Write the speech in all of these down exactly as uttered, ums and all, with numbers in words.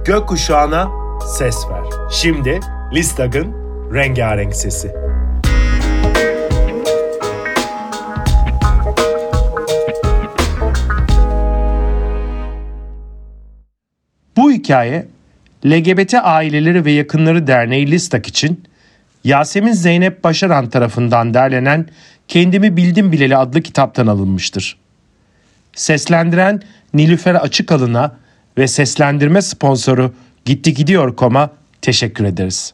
Gökkuşağına ses ver. Şimdi Listag'ın rengarenk sesi. Bu hikaye L G B T Aileleri ve Yakınları Derneği Listag için Yasemin Zeynep Başaran tarafından derlenen Kendimi Bildim Bileli adlı kitaptan alınmıştır. Seslendiren Nilüfer Açıkalın'a ve seslendirme sponsoru Gitti Gidiyor nokta com'a teşekkür ederiz.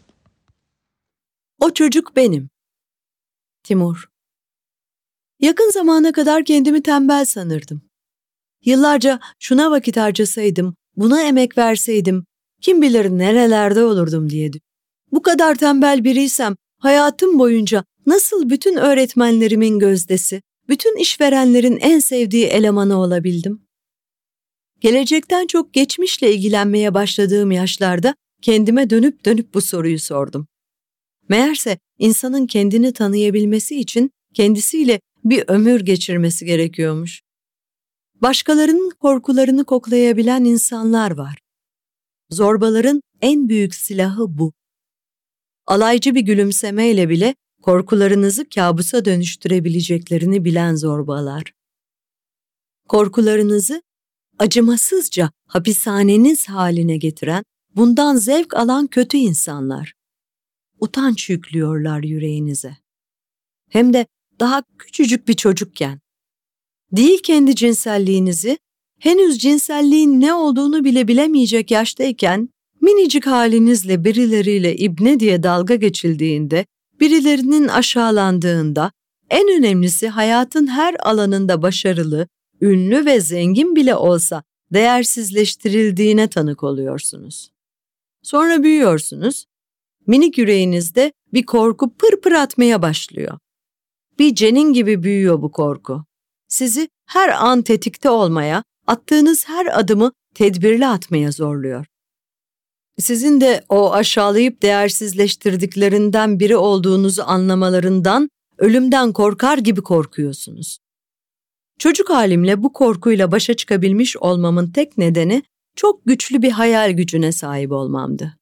O çocuk benim. Timur. Yakın zamana kadar kendimi tembel sanırdım. Yıllarca şuna vakit harcasaydım, buna emek verseydim, kim bilir nerelerde olurdum diye. Bu kadar tembel biriysem hayatım boyunca nasıl bütün öğretmenlerimin gözdesi, bütün işverenlerin en sevdiği elemanı olabildim? Gelecekten çok geçmişle ilgilenmeye başladığım yaşlarda kendime dönüp dönüp bu soruyu sordum. Meğerse insanın kendini tanıyabilmesi için kendisiyle bir ömür geçirmesi gerekiyormuş. Başkalarının korkularını koklayabilen insanlar var. Zorbaların en büyük silahı bu. Alaycı bir gülümsemeyle bile korkularınızı kabusa dönüştürebileceklerini bilen zorbalar. Korkularınızı acımasızca hapishaneniz haline getiren, bundan zevk alan kötü insanlar. Utanç yüklüyorlar yüreğinize. Hem de daha küçücük bir çocukken. Değil kendi cinselliğinizi, henüz cinselliğin ne olduğunu bile bilemeyecek yaştayken, minicik halinizle birileriyle ibne diye dalga geçildiğinde, birilerinin aşağılandığında, en önemlisi hayatın her alanında başarılı, ünlü ve zengin bile olsa değersizleştirildiğine tanık oluyorsunuz. Sonra büyüyorsunuz, minik yüreğinizde bir korku pır pır atmaya başlıyor. Bir cenin gibi büyüyor bu korku. Sizi her an tetikte olmaya, attığınız her adımı tedbirli atmaya zorluyor. Sizin de o aşağılayıp değersizleştirdiklerinden biri olduğunuzu anlamalarından, ölümden korkar gibi korkuyorsunuz. Çocuk halimle bu korkuyla başa çıkabilmiş olmamın tek nedeni çok güçlü bir hayal gücüne sahip olmamdı.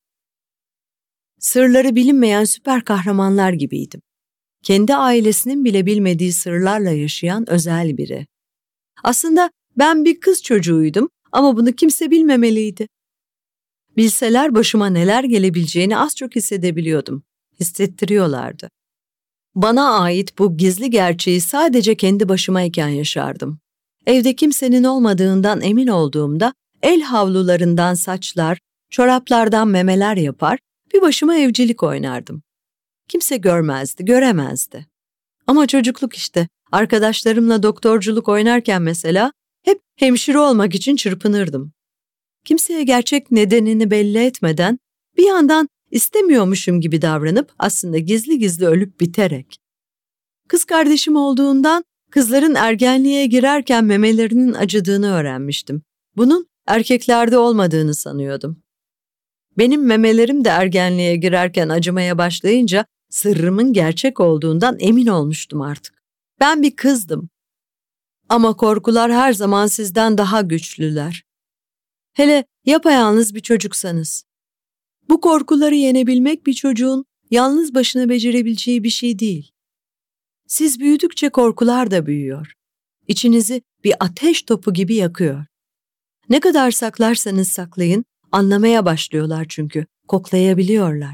Sırları bilinmeyen süper kahramanlar gibiydim. Kendi ailesinin bile bilmediği sırlarla yaşayan özel biri. Aslında ben bir kız çocuğuydum ama bunu kimse bilmemeliydi. Bilseler başıma neler gelebileceğini az çok hissedebiliyordum. Hissettiriyorlardı. Bana ait bu gizli gerçeği sadece kendi başımayken yaşardım. Evde kimsenin olmadığından emin olduğumda el havlularından saçlar, çoraplardan memeler yapar, bir başıma evcilik oynardım. Kimse görmezdi, göremezdi. Ama çocukluk işte, arkadaşlarımla doktorculuk oynarken mesela hep hemşire olmak için çırpınırdım. Kimseye gerçek nedenini belli etmeden bir yandan istemiyormuşum gibi davranıp aslında gizli gizli ölüp biterek. Kız kardeşim olduğundan kızların ergenliğe girerken memelerinin acıdığını öğrenmiştim. Bunun erkeklerde olmadığını sanıyordum. Benim memelerim de ergenliğe girerken acımaya başlayınca sırrımın gerçek olduğundan emin olmuştum artık. Ben bir kızdım. Ama korkular her zaman sizden daha güçlüler. Hele yapayalnız bir çocuksanız. Bu korkuları yenebilmek bir çocuğun yalnız başına becerebileceği bir şey değil. Siz büyüdükçe korkular da büyüyor. İçinizi bir ateş topu gibi yakıyor. Ne kadar saklarsanız saklayın, anlamaya başlıyorlar çünkü, koklayabiliyorlar.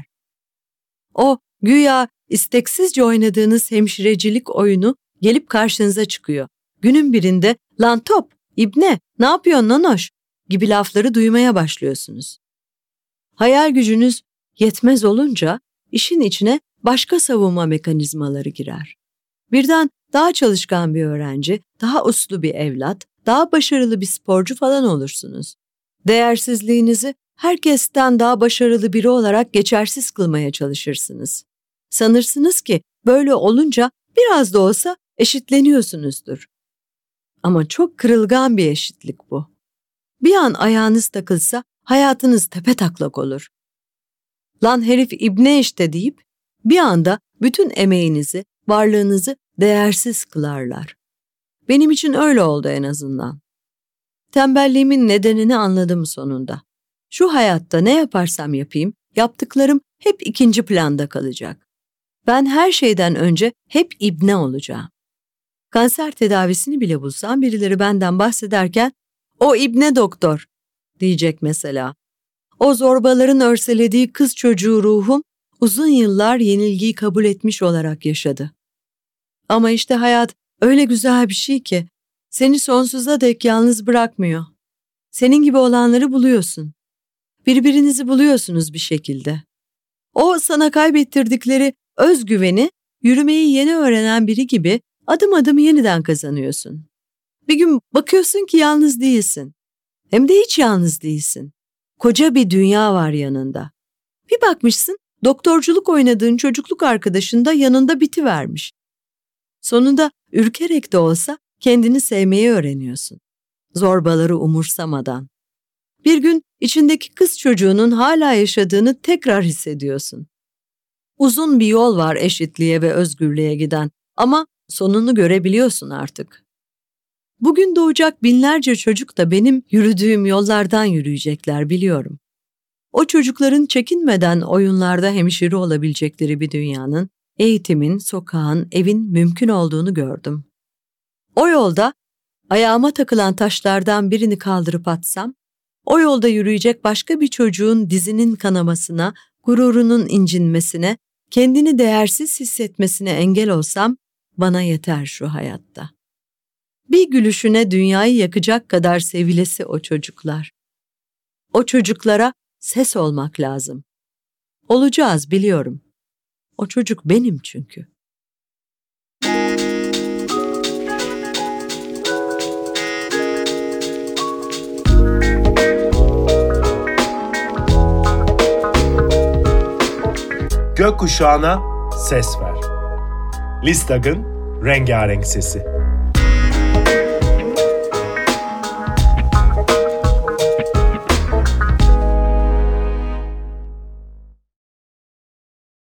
O güya isteksizce oynadığınız hemşirecilik oyunu gelip karşınıza çıkıyor. Günün birinde "Lan top, ibne, ne yapıyorsun nanoş?" gibi lafları duymaya başlıyorsunuz. Hayal gücünüz yetmez olunca işin içine başka savunma mekanizmaları girer. Birden daha çalışkan bir öğrenci, daha uslu bir evlat, daha başarılı bir sporcu falan olursunuz. Değersizliğinizi herkesten daha başarılı biri olarak geçersiz kılmaya çalışırsınız. Sanırsınız ki böyle olunca biraz da olsa eşitleniyorsunuzdur. Ama çok kırılgan bir eşitlik bu. Bir an ayağınız takılsa hayatınız tepetaklak olur. "Lan herif ibne işte" deyip bir anda bütün emeğinizi, varlığınızı değersiz kılarlar. Benim için öyle oldu en azından. Tembelliğimin nedenini anladım sonunda. Şu hayatta ne yaparsam yapayım, yaptıklarım hep ikinci planda kalacak. Ben her şeyden önce hep ibne olacağım. Kanser tedavisini bile bulsam birileri benden bahsederken "O ibne doktor" diyecek mesela. O zorbaların örselediği kız çocuğu ruhum uzun yıllar yenilgiyi kabul etmiş olarak yaşadı. Ama işte hayat öyle güzel bir şey ki seni sonsuza dek yalnız bırakmıyor. Senin gibi olanları buluyorsun. Birbirinizi buluyorsunuz bir şekilde. O sana kaybettirdikleri özgüveni yürümeyi yeni öğrenen biri gibi adım adım yeniden kazanıyorsun. Bir gün bakıyorsun ki yalnız değilsin. Hem de hiç yalnız değilsin. Koca bir dünya var yanında. Bir bakmışsın, doktorculuk oynadığın çocukluk arkadaşın da yanında bitivermiş. Sonunda ürkerek de olsa kendini sevmeyi öğreniyorsun. Zorbaları umursamadan. Bir gün içindeki kız çocuğunun hala yaşadığını tekrar hissediyorsun. Uzun bir yol var eşitliğe ve özgürlüğe giden ama sonunu görebiliyorsun artık. Bugün doğacak binlerce çocuk da benim yürüdüğüm yollardan yürüyecekler biliyorum. O çocukların çekinmeden oyunlarda hemşire olabilecekleri bir dünyanın, eğitimin, sokağın, evin mümkün olduğunu gördüm. O yolda ayağıma takılan taşlardan birini kaldırıp atsam, o yolda yürüyecek başka bir çocuğun dizinin kanamasına, gururunun incinmesine, kendini değersiz hissetmesine engel olsam, bana yeter şu hayatta. Bir gülüşüne dünyayı yakacak kadar sevilesi o çocuklar. O çocuklara ses olmak lazım. Olacağız biliyorum. O çocuk benim çünkü. Gökkuşağına ses ver. Listag'ın rengarenk sesi.